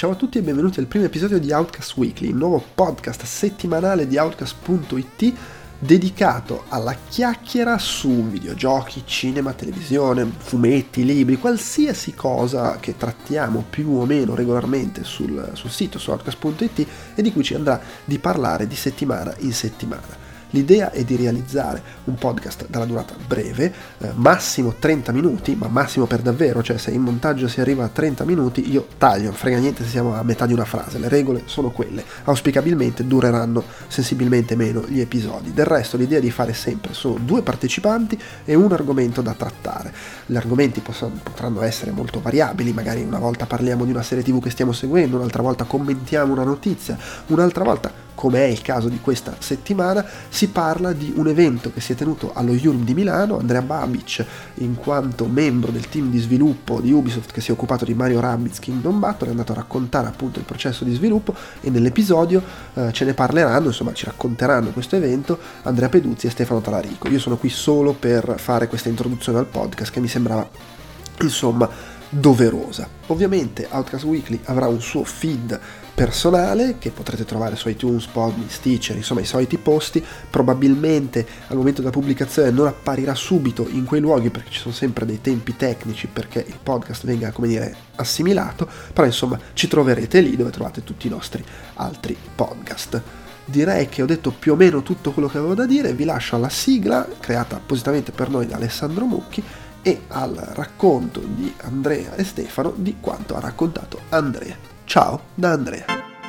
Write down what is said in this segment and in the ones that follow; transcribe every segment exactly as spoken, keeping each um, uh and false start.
ciao a tutti e benvenuti al primo episodio di Outcast Weekly, il nuovo podcast settimanale di Outcast punto it dedicato alla chiacchiera su videogiochi, cinema, televisione, fumetti, libri, qualsiasi cosa che trattiamo più o meno regolarmente sul, sul sito su Outcast punto it e di cui ci andrà di parlare di settimana in settimana. L'idea è di realizzare un podcast dalla durata breve, eh, massimo trenta minuti, ma massimo per davvero, cioè se in montaggio si arriva a trenta minuti io taglio, non frega niente se siamo a metà di una frase, le regole sono quelle, auspicabilmente dureranno sensibilmente meno gli episodi. Del resto l'idea è di fare sempre solo due partecipanti e un argomento da trattare. Gli argomenti possono, potranno essere molto variabili, magari una volta parliamo di una serie tv che stiamo seguendo, un'altra volta commentiamo una notizia, un'altra volta, come è il caso di questa settimana, si parla di un evento che si è tenuto allo Yulm di Milano. Andrea Babic, in quanto membro del team di sviluppo di Ubisoft che si è occupato di Mario Rabbids Kingdom Battle, è andato a raccontare appunto il processo di sviluppo e nell'episodio eh, ce ne parleranno, insomma ci racconteranno questo evento Andrea Peduzzi e Stefano Talarico. Io sono qui solo per fare questa introduzione al podcast che mi sembrava insomma doverosa. Ovviamente Outcast Weekly avrà un suo feed personale che potrete trovare su iTunes, Podme, Stitcher, insomma i soliti posti. Probabilmente al momento della pubblicazione non apparirà subito in quei luoghi perché ci sono sempre dei tempi tecnici perché il podcast venga, come dire, assimilato, però insomma ci troverete lì dove trovate tutti i nostri altri podcast. Direi che ho detto più o meno tutto quello che avevo da dire, vi lascio alla sigla creata appositamente per noi da Alessandro Mucchi e al racconto di Andrea e Stefano di quanto ha raccontato Andrea. Ciao da Andrea.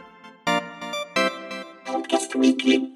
Outcast Weekly.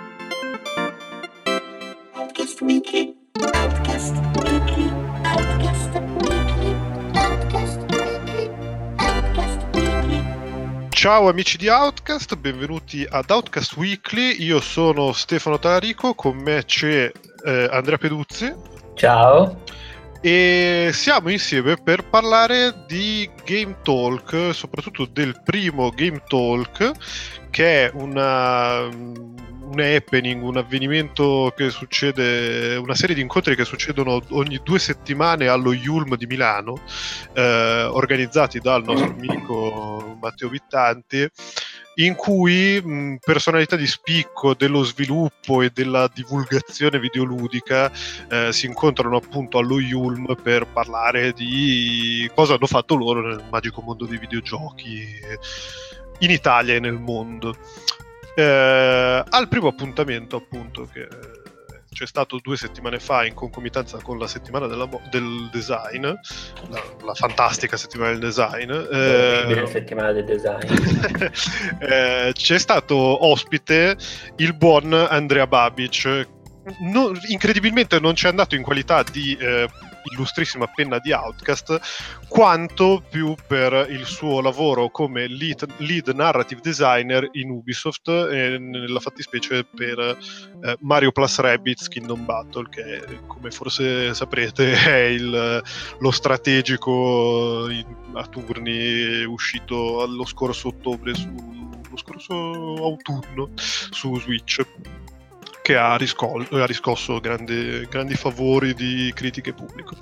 Outcast Weekly. Outcast Weekly. Outcast Weekly. Outcast Weekly. Outcast Weekly. Ciao amici di Outcast, benvenuti ad Outcast Weekly. Io sono Stefano Talarico, con me c'è eh, Andrea Peduzzi. Ciao. E siamo insieme per parlare di Game Talk, soprattutto del primo Game Talk, che è una, un happening, un avvenimento che succede, una serie di incontri che succedono ogni due settimane allo Yulm di Milano, eh, organizzati dal nostro amico Matteo Vittanti, in cui mh, personalità di spicco dello sviluppo e della divulgazione videoludica eh, si incontrano appunto allo Yulm per parlare di cosa hanno fatto loro nel magico mondo dei videogiochi in Italia e nel mondo. Eh, al primo appuntamento appunto che c'è stato due settimane fa in concomitanza con la settimana della mo- del design, la, la fantastica settimana del design, eh, settimana del design. eh, c'è stato ospite il buon Andrea Babic. No, incredibilmente non ci è andato in qualità di eh, illustrissima penna di Outcast, quanto più per il suo lavoro come lead, lead narrative designer in Ubisoft e nella fattispecie per eh, Mario plus Rabbids Kingdom Battle, che come forse saprete è il, lo strategico in, a turni uscito lo scorso ottobre su, lo scorso autunno su Switch, che ha, riscol- ha riscosso grandi, grandi favori di critica e pubblico.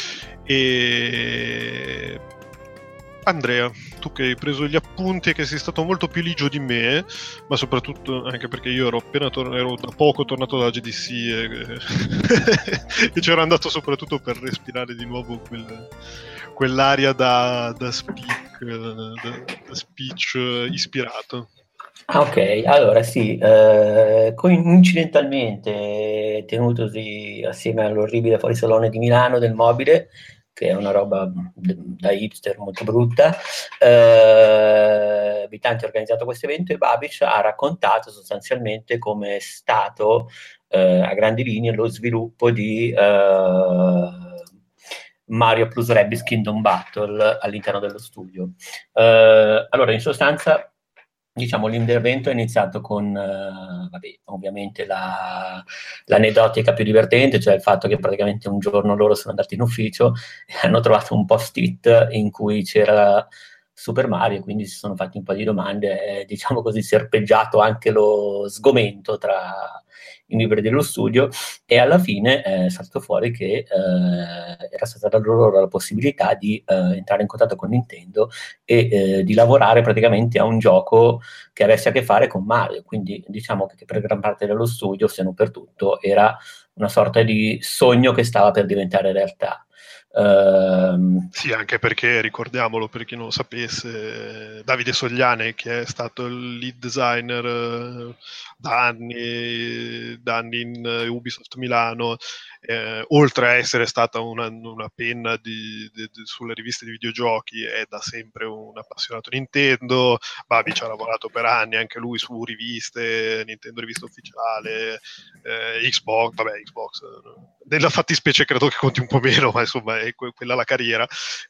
E Andrea, tu che hai preso gli appunti e che sei stato molto più ligio di me, ma soprattutto anche perché io ero appena tor- ero da poco tornato dalla G D C e, e c'ero andato soprattutto per respirare di nuovo quel, quell'aria da, da speak, da, da speech ispirato. Ah, ok, allora sì, eh, coincidentalmente tenutosi assieme all'orribile fuorisalone di Milano del mobile, che è una roba da hipster molto brutta, eh, Vittanti ha organizzato questo evento e Babic ha raccontato sostanzialmente come è stato eh, a grandi linee lo sviluppo di eh, Mario plus Rabbids Kingdom Battle all'interno dello studio. Eh, allora, in sostanza, diciamo, l'intervento è iniziato con, uh, vabbè, ovviamente la, l'aneddotica più divertente, cioè il fatto che praticamente un giorno loro sono andati in ufficio e hanno trovato un post-it in cui c'era Super Mario, quindi si sono fatti un po' di domande, eh, diciamo così, serpeggiato anche lo sgomento tra i membri dello studio, e alla fine è saltato fuori che eh, era stata da loro la possibilità di eh, entrare in contatto con Nintendo e eh, di lavorare praticamente a un gioco che avesse a che fare con Mario, quindi diciamo che per gran parte dello studio, se non per tutto, era una sorta di sogno che stava per diventare realtà. Uh, sì, anche perché, ricordiamolo per chi non lo sapesse, Davide Sogliane, che è stato il lead designer eh, da anni, da anni in Ubisoft Milano, eh, oltre a essere stata una, una penna di, di, di, sulle riviste di videogiochi, è da sempre un appassionato Nintendo. Babi ci ha lavorato per anni anche lui su riviste, Nintendo Rivista Ufficiale, eh, Xbox, vabbè Xbox, nella fattispecie credo che conti un po' meno, ma insomma è que- quella la carriera.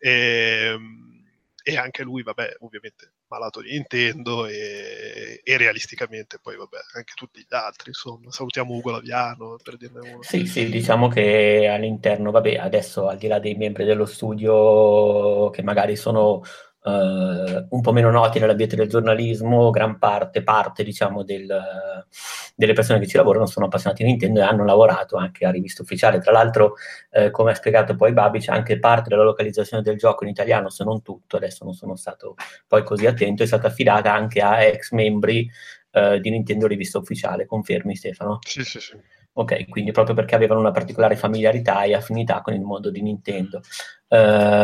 E, e anche lui, vabbè, ovviamente malato di Nintendo, e, e realisticamente poi vabbè anche tutti gli altri, insomma. Salutiamo Ugo Laviano, per dirne uno. Sì, sì, diciamo che all'interno, vabbè, adesso al di là dei membri dello studio che magari sono Uh, un po' meno noti nell'ambiente del giornalismo, gran parte, parte diciamo del, delle persone che ci lavorano sono appassionati di Nintendo e hanno lavorato anche a Rivista Ufficiale. Tra l'altro, eh, come ha spiegato poi Babi, c'è anche parte della localizzazione del gioco in italiano, se non tutto, adesso non sono stato poi così attento, è stata affidata anche a ex membri uh, di Nintendo Rivista Ufficiale. Confermi, Stefano? Sì, sì, sì. Ok, quindi proprio perché avevano una particolare familiarità e affinità con il mondo di Nintendo. Uh,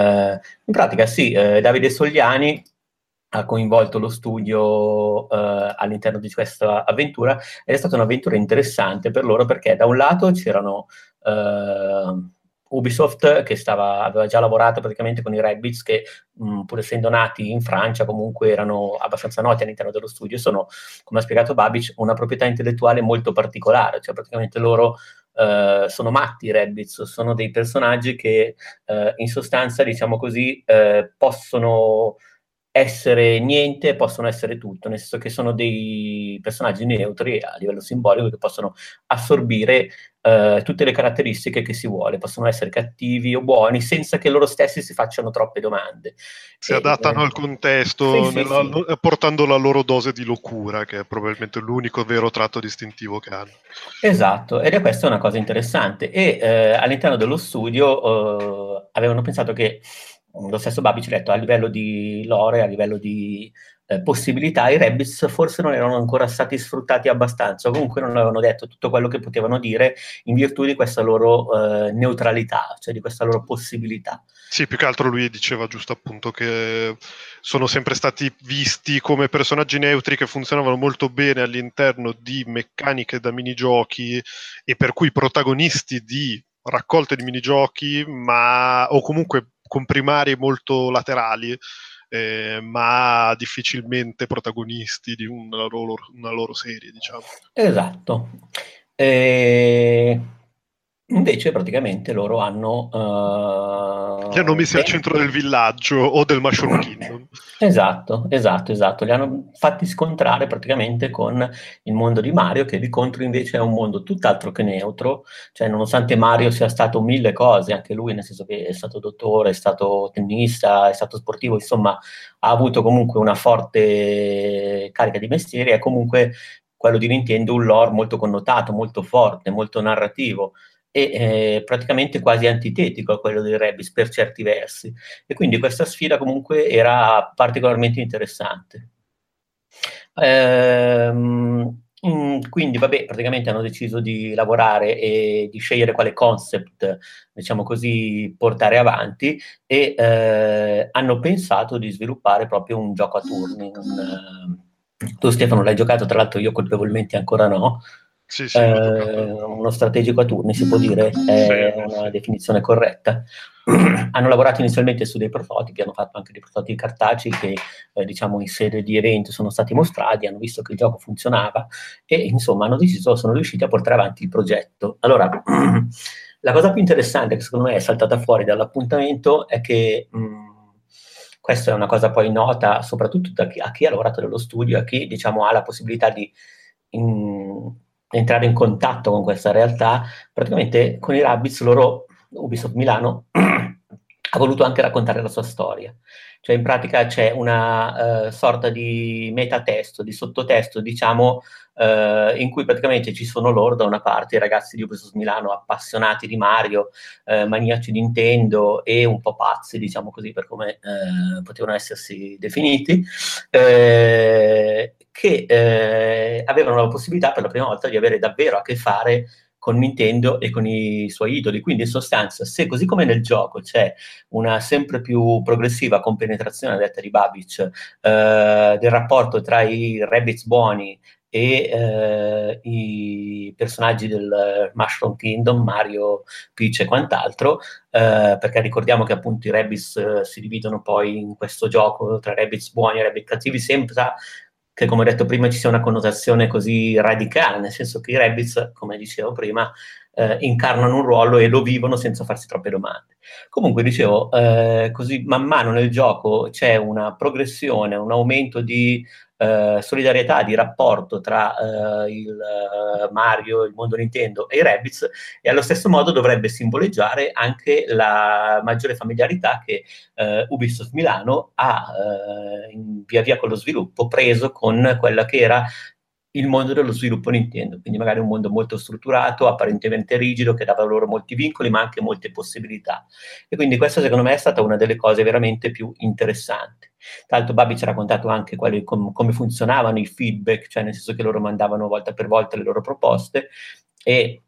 in pratica sì, eh, Davide Sogliani ha coinvolto lo studio uh, all'interno di questa avventura, ed è stata un'avventura interessante per loro perché da un lato c'erano uh, Ubisoft, che stava, aveva già lavorato praticamente con i Rabbids, che mh, pur essendo nati in Francia comunque erano abbastanza noti all'interno dello studio. Sono, come ha spiegato Babic, una proprietà intellettuale molto particolare, cioè praticamente loro uh, sono matti, i Rabbids, sono dei personaggi che uh, in sostanza, diciamo così, uh, possono essere niente, possono essere tutto, nel senso che sono dei personaggi neutri a livello simbolico che possono assorbire uh, tutte le caratteristiche che si vuole, possono essere cattivi o buoni senza che loro stessi si facciano troppe domande. Si e, adattano eh, al contesto, sì, sì, nella, sì. portando la loro dose di locura, che è probabilmente l'unico vero tratto distintivo che hanno. Esatto, ed è questa una cosa interessante. E eh, all'interno dello studio eh, avevano pensato che, lo stesso Babi ci ha detto, a livello di lore, a livello di eh, possibilità, i Rabbids forse non erano ancora stati sfruttati abbastanza, comunque non avevano detto tutto quello che potevano dire in virtù di questa loro eh, neutralità, cioè di questa loro possibilità. Sì, più che altro lui diceva giusto appunto che sono sempre stati visti come personaggi neutri che funzionavano molto bene all'interno di meccaniche da minigiochi, e per cui protagonisti di raccolte di minigiochi, ma o comunque con primari molto laterali, eh, ma difficilmente protagonisti di una loro, una loro serie, diciamo. Esatto. E invece praticamente loro hanno uh, Li hanno messi al beh, centro del villaggio o del Mushroom Kingdom. Esatto, esatto, esatto. Li hanno fatti scontrare praticamente con il mondo di Mario, che di contro invece è un mondo tutt'altro che neutro, cioè nonostante Mario sia stato mille cose, anche lui, nel senso che è stato dottore, è stato tennista, è stato sportivo, insomma ha avuto comunque una forte carica di mestieri, è comunque quello di Nintendo un lore molto connotato, molto forte, molto narrativo e eh, praticamente quasi antitetico a quello dei Rabbids per certi versi. E quindi questa sfida comunque era particolarmente interessante. Ehm, quindi, vabbè, praticamente hanno deciso di lavorare e di scegliere quale concept, diciamo così, portare avanti, e eh, hanno pensato di sviluppare proprio un gioco a turni. Un, uh, tu, Stefano, l'hai giocato, tra l'altro io colpevolmente ancora no. Sì, sì, l'ho giocato. Eh, uno strategico a turni, si può dire, è Sì, una sì. definizione corretta. Hanno lavorato inizialmente su dei prototipi, hanno fatto anche dei prototipi cartacei che eh, diciamo in sede di evento sono stati mostrati, hanno visto che il gioco funzionava e insomma hanno deciso, sono riusciti a portare avanti il progetto. Allora, la cosa più interessante che secondo me è saltata fuori dall'appuntamento è che mh, questa è una cosa poi nota soprattutto da chi, a chi ha lavorato nello studio, a chi diciamo ha la possibilità di in, entrare in contatto con questa realtà. Praticamente con i Rabbids loro, Ubisoft Milano, ha voluto anche raccontare la sua storia. Cioè in pratica c'è una uh, sorta di metatesto, di sottotesto, diciamo, uh, in cui praticamente ci sono loro da una parte, i ragazzi di Ubisoft Milano appassionati di Mario, uh, maniaci di Nintendo e un po' pazzi, diciamo così, per come uh, potevano essersi definiti, eh, che eh, avevano la possibilità per la prima volta di avere davvero a che fare con Nintendo e con i suoi idoli. Quindi in sostanza, se così come nel gioco c'è una sempre più progressiva compenetrazione, a detta di Babic, eh, del rapporto tra i Rabbids buoni e eh, i personaggi del Mushroom Kingdom, Mario, Peach e quant'altro, eh, perché ricordiamo che appunto i Rabbids eh, si dividono poi in questo gioco tra Rabbids buoni e Rabbids cattivi, senza che, come ho detto prima, ci sia una connotazione così radicale, nel senso che i Rabbids, come dicevo prima, eh, incarnano un ruolo e lo vivono senza farsi troppe domande. Comunque, dicevo, eh, così man mano nel gioco c'è una progressione, un aumento di eh, solidarietà, di rapporto tra eh, il uh, Mario, il mondo Nintendo e i Rabbids, e allo stesso modo dovrebbe simboleggiare anche la maggiore familiarità che Uh, Ubisoft Milano ha uh, in, via via con lo sviluppo preso con quella che era il mondo dello sviluppo Nintendo, quindi magari un mondo molto strutturato, apparentemente rigido, che dava loro molti vincoli ma anche molte possibilità, e quindi questa secondo me è stata una delle cose veramente più interessanti. Tra l'altro Babi ci ha raccontato anche quali, com, come funzionavano i feedback, cioè nel senso che loro mandavano volta per volta le loro proposte e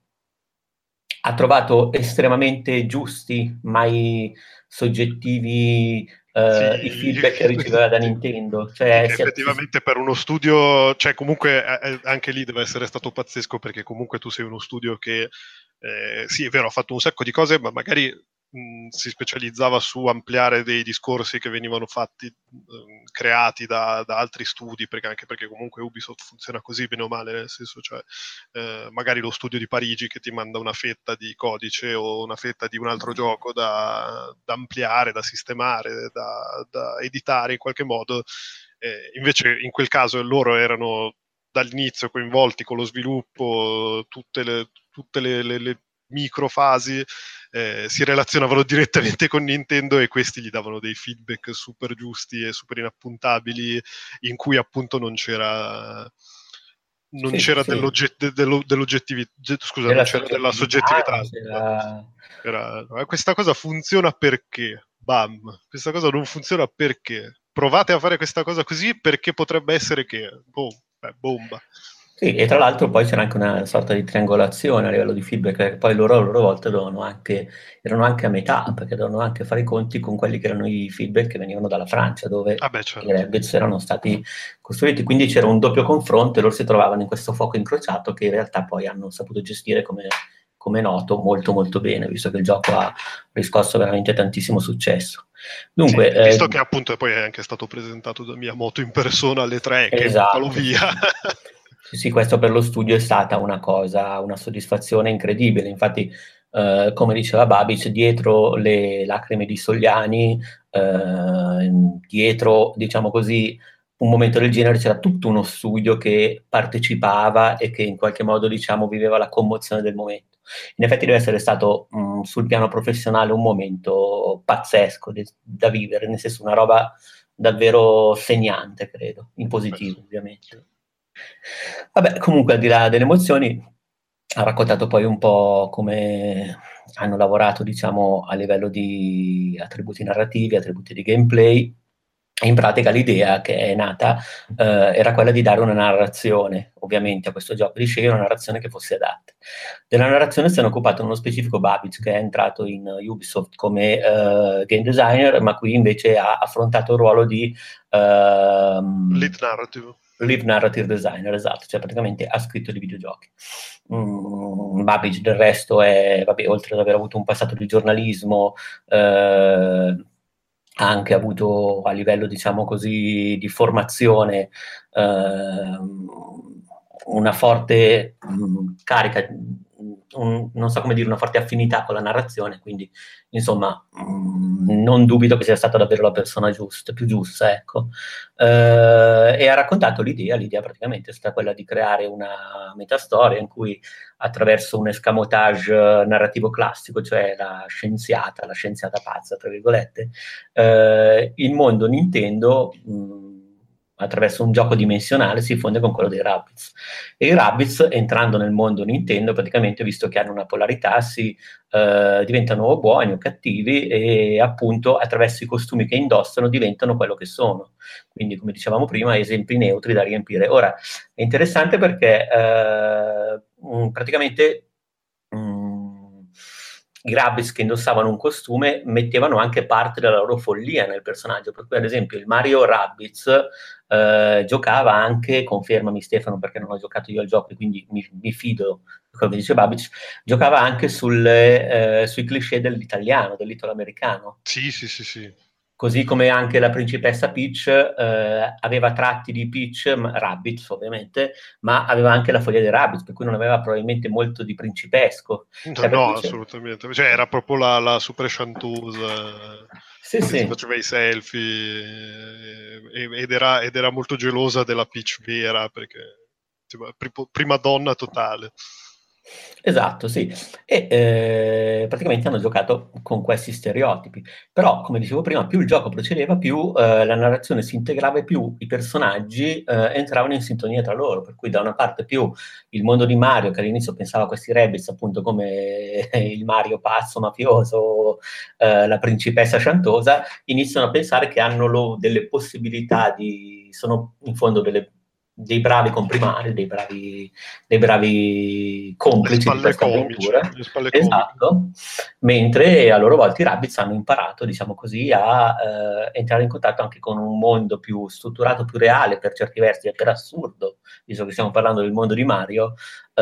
ha trovato estremamente giusti, mai soggettivi, uh, sì, i feedback che riceveva da Nintendo. Cioè, sì, effettivamente per uno studio, cioè comunque eh, anche lì deve essere stato pazzesco, perché comunque tu sei uno studio che, eh, sì è vero, ha fatto un sacco di cose, ma magari mh, si specializzava su ampliare dei discorsi che venivano fatti, mh, creati da, da altri studi, perché anche perché comunque Ubisoft funziona così bene o male, nel senso, cioè eh, magari lo studio di Parigi che ti manda una fetta di codice o una fetta di un altro gioco da, da ampliare, da sistemare, da, da editare in qualche modo, eh, invece in quel caso loro erano dall'inizio coinvolti con lo sviluppo, tutte le, tutte le, le, le microfasi, eh, si relazionavano direttamente con Nintendo e questi gli davano dei feedback super giusti e super inappuntabili, in cui appunto non c'era non sì, c'era sì. dell'ogget- dello, dell'oggettività, scusa, della non c'era della soggettività. C'era... Era, questa cosa funziona perché? Bam, questa cosa non funziona perché? Provate a fare questa cosa così perché potrebbe essere che, boom, beh, bomba. Sì, e tra l'altro poi c'era anche una sorta di triangolazione a livello di feedback, perché poi loro a loro volta dovevano anche, erano anche a metà, perché dovevano anche fare i conti con quelli che erano i feedback che venivano dalla Francia, dove ah beh, certo. i Rabbids erano stati costruiti, quindi c'era un doppio confronto e loro si trovavano in questo fuoco incrociato che in realtà poi hanno saputo gestire, come, come noto, molto molto bene, visto che il gioco ha riscosso veramente tantissimo successo. Dunque, sì, visto eh, che appunto poi è anche stato presentato da Miyamoto in persona alle tre, che esatto, buttalo via. Sì, sì, questo per lo studio è stata una cosa, una soddisfazione incredibile. Infatti, eh, come diceva Babic, dietro le lacrime di Sogliani, eh, dietro, diciamo così, un momento del genere c'era tutto uno studio che partecipava e che in qualche modo, diciamo, viveva la commozione del momento. In effetti deve essere stato mh, sul piano professionale un momento pazzesco de- da vivere, nel senso una roba davvero segnante, credo, in positivo, ovviamente. Vabbè, comunque al di là delle emozioni, ha raccontato poi un po' come hanno lavorato, diciamo, a livello di attributi narrativi, attributi di gameplay. E in pratica l'idea che è nata eh, era quella di dare una narrazione, ovviamente, a questo gioco, di scegliere una narrazione che fosse adatta. Della narrazione si è occupato nello specifico Babic, che è entrato in Ubisoft come uh, game designer, ma qui invece ha affrontato il ruolo di uh, lead narrative. Lead narrative designer, esatto, cioè praticamente ha scritto di videogiochi. Mm, Babic del resto è, vabbè, oltre ad aver avuto un passato di giornalismo, eh, ha anche avuto a livello, diciamo così, di formazione eh, una forte mh, carica un- non so come dire, una forte affinità con la narrazione, quindi insomma mh, non dubito che sia stata davvero la persona giusta, più giusta, ecco. Eh, e ha raccontato l'idea, l'idea praticamente è stata quella di creare una metastoria in cui attraverso un escamotage narrativo classico, cioè la scienziata, la scienziata pazza, tra virgolette, eh, il mondo Nintendo, mh, attraverso un gioco dimensionale, si fonde con quello dei Rabbids. E i Rabbids, entrando nel mondo Nintendo, praticamente, visto che hanno una polarità, si eh, diventano o buoni o cattivi e appunto attraverso i costumi che indossano diventano quello che sono. Quindi, come dicevamo prima, esempi neutri da riempire. Ora, è interessante perché eh, mh, praticamente mh, i Rabbids che indossavano un costume mettevano anche parte della loro follia nel personaggio, per cui ad esempio il Mario Rabbids eh, giocava anche, confermami Stefano perché non ho giocato io al gioco e quindi mi, mi fido di quello che dice Babic, giocava anche sulle, eh, sui cliché dell'italiano, dell'italo-americano. Sì, sì, sì, sì. Così come anche la principessa Peach eh, aveva tratti di Peach, ma- Rabbids ovviamente, ma aveva anche la foglia dei Rabbids, per cui non aveva probabilmente molto di principesco. No, Cioè, per no, cui c'è- assolutamente. Cioè, era proprio la, la super sciantosa Sì, che si sì. faceva i selfie eh, ed era, ed era molto gelosa della Peach vera perché insomma, pri- prima donna totale. Esatto, sì. E eh, praticamente hanno giocato con questi stereotipi. Però, come dicevo prima, più il gioco procedeva, più eh, la narrazione si integrava e più i personaggi eh, entravano in sintonia tra loro. Per cui da una parte più il mondo di Mario, che all'inizio pensava a questi Rabbids appunto come il Mario pazzo, mafioso, eh, la principessa sciantosa, iniziano a pensare che hanno lo- delle possibilità di... sono in fondo delle dei bravi comprimari, dei bravi, dei bravi Le complici di spalle questa comiche, avventura. le spalle comiche. Esatto, mentre a loro volta i Rabbids hanno imparato, diciamo così, a eh, entrare in contatto anche con un mondo più strutturato, più reale per certi versi e per assurdo, visto che stiamo parlando del mondo di Mario,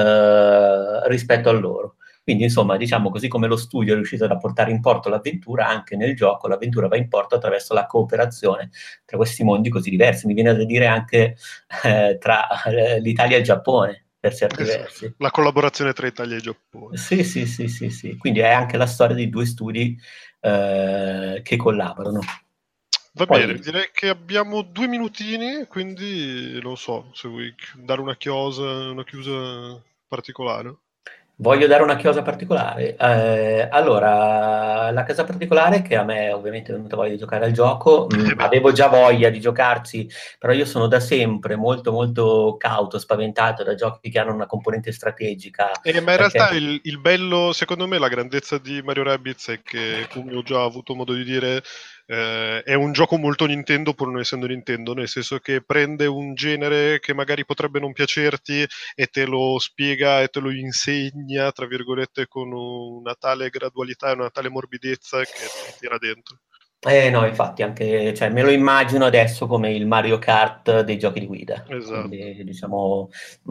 eh, rispetto a loro. Quindi, insomma, diciamo così come lo studio è riuscito a portare in porto l'avventura, anche nel gioco l'avventura va in porto attraverso la cooperazione tra questi mondi così diversi. Mi viene da dire anche eh, tra eh, l'Italia e il Giappone, per certi Esatto. versi. La collaborazione tra Italia e Giappone. Sì, sì, sì, sì, sì. Quindi è anche la storia di due studi eh, che collaborano. Va bene, Poi direi che abbiamo due minutini, quindi non so se vuoi chi- dare una chiosa, una chiusa particolare. voglio dare una chiosa particolare. Eh, allora, la cosa particolare è che a me ovviamente è venuta voglia di giocare al gioco, Eh mh, beh, avevo già voglia di giocarci, però io sono da sempre molto molto cauto, spaventato da giochi che hanno una componente strategica, Eh, ma in realtà perché il, il bello, secondo me, la grandezza di Mario Rabbids è che, come ho già avuto modo di dire, eh, è un gioco molto Nintendo pur non essendo Nintendo, nel senso che prende un genere che magari potrebbe non piacerti e te lo spiega e te lo insegna, tra virgolette, con una tale gradualità e una tale morbidezza che ti tira dentro. Eh no, infatti anche, cioè, me lo immagino adesso come il Mario Kart dei giochi di guida, Esatto. quindi diciamo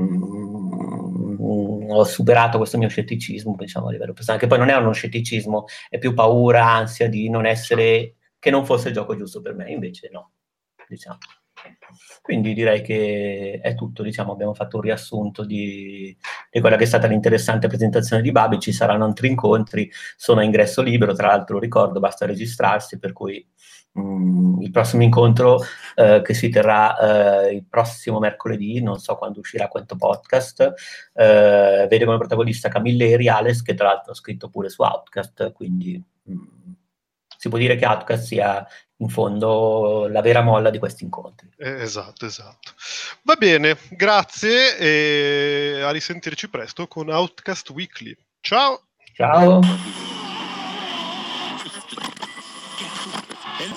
mm, ho superato questo mio scetticismo, diciamo a livello personale, che poi non è uno scetticismo, è più paura, ansia di non Certo. essere, che non fosse il gioco giusto per me, invece no, diciamo. Quindi direi che è tutto, diciamo, abbiamo fatto un riassunto di, di quella che è stata l'interessante presentazione di Babi, ci saranno altri incontri, sono a ingresso libero, tra l'altro ricordo, basta registrarsi, per cui mh, il prossimo incontro eh, che si terrà eh, il prossimo mercoledì, non so quando uscirà questo podcast, eh, vede come protagonista Camilleri, Alex, che tra l'altro ha scritto pure su Outcast, quindi mh, si può dire che Outcast sia in fondo la vera molla di questi incontri. Eh, esatto, esatto. Va bene, grazie e a risentirci presto con Outcast Weekly. Ciao! Ciao!